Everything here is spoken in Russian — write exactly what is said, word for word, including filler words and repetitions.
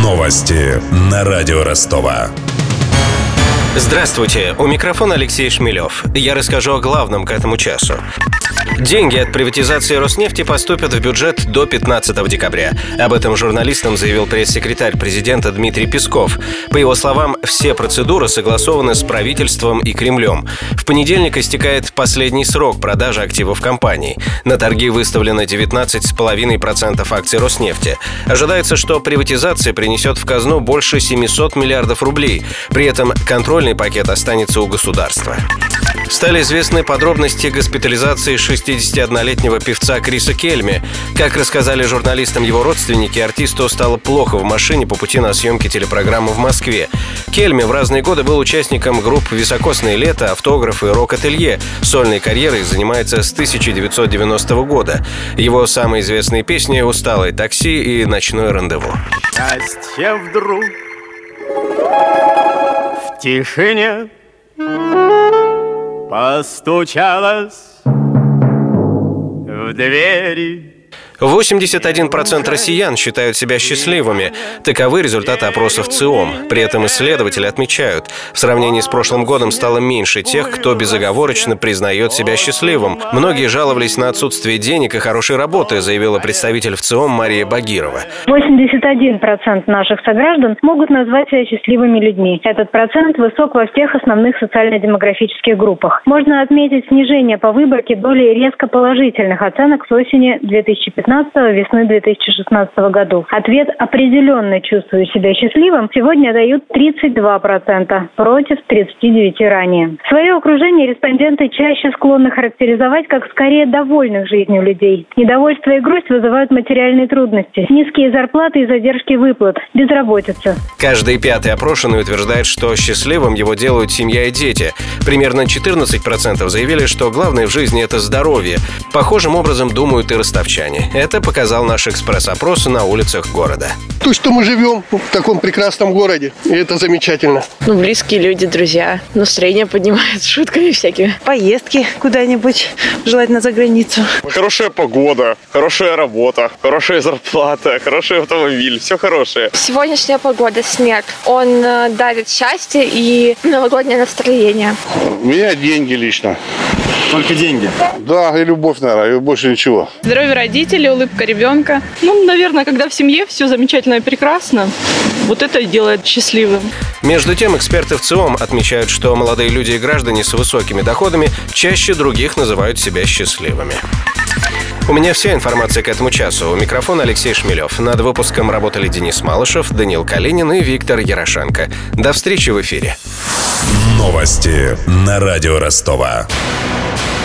Новости на радио Ростова. Здравствуйте, у микрофона Алексей Шмелев. Я расскажу о главном к этому часу. Деньги от приватизации Роснефти поступят в бюджет до пятнадцатого декабря. Об этом журналистам заявил пресс-секретарь президента Дмитрий Песков. По его словам, все процедуры согласованы с правительством и Кремлем. В понедельник истекает последний срок продажи активов компании. На торги выставлено девятнадцать целых пять десятых процента акций Роснефти. Ожидается, что приватизация принесет в казну больше семьсот миллиардов рублей. При этом контрольный пакет останется у государства. Стали известны подробности госпитализации шестидесятиоднолетнего певца Криса Кельми. Как рассказали журналистам его родственники, артисту стало плохо в машине по пути на съемки телепрограммы в Москве. Кельми в разные годы был участником групп «Високосное лето», «Автограф» и «Рок-ателье». Сольной карьерой занимается с тысяча девятьсот девяностого года. Его самые известные песни «Усталое такси» и «Ночное рандеву». Счастье вдруг в тишине постучалась в двери. восемьдесят один процент россиян считают себя счастливыми. Таковы результаты опросов ЦИОМ. При этом исследователи отмечают, в сравнении с прошлым годом стало меньше тех, кто безоговорочно признает себя счастливым. Многие жаловались на отсутствие денег и хорошей работы, заявила представитель в ЦИОМ Мария Багирова. восемьдесят один процент наших сограждан могут назвать себя счастливыми людьми. Этот процент высок во всех основных социально-демографических группах. Можно отметить снижение по выборке доли резко положительных оценок с осени две тысячи пятнадцатого весны две тысячи шестнадцатого году. Ответ «определенно чувствую себя счастливым» сегодня дают тридцать два процента против тридцати девяти процентов ранее. Свое окружение респонденты чаще склонны характеризовать как скорее довольных жизнью людей. Недовольство и грусть вызывают материальные трудности, низкие зарплаты и задержки выплат, безработица. Каждый пятый опрошенный утверждает, что счастливым его делают семья и дети. Примерно четырнадцать процентов заявили, что главное в жизни – это здоровье. Похожим образом думают и ростовчане. Это показал наш экспресс-опрос на улицах города. То, что мы живем в таком прекрасном городе, и это замечательно. Ну, близкие люди, друзья. Настроение поднимает шутками всякими. Поездки куда-нибудь, желательно за границу. Хорошая погода, хорошая работа, хорошая зарплата, хороший автомобиль. Все хорошее. Сегодняшняя погода, снег. Он э, дарит счастье и новогоднее настроение. У меня деньги лично. Только деньги? Да, и любовь, наверное, и больше ничего. Здоровье родителей, улыбка ребенка. Ну, наверное, когда в семье все замечательно и прекрасно, вот это и делает счастливым. Между тем, эксперты в ЦИОМ отмечают, что молодые люди и граждане с высокими доходами чаще других называют себя счастливыми. У меня вся информация к этому часу. У микрофона Алексей Шмелев. Над выпуском работали Денис Малышев, Даниил Калинин и Виктор Ярошенко. До встречи в эфире. Новости на радио Ростова.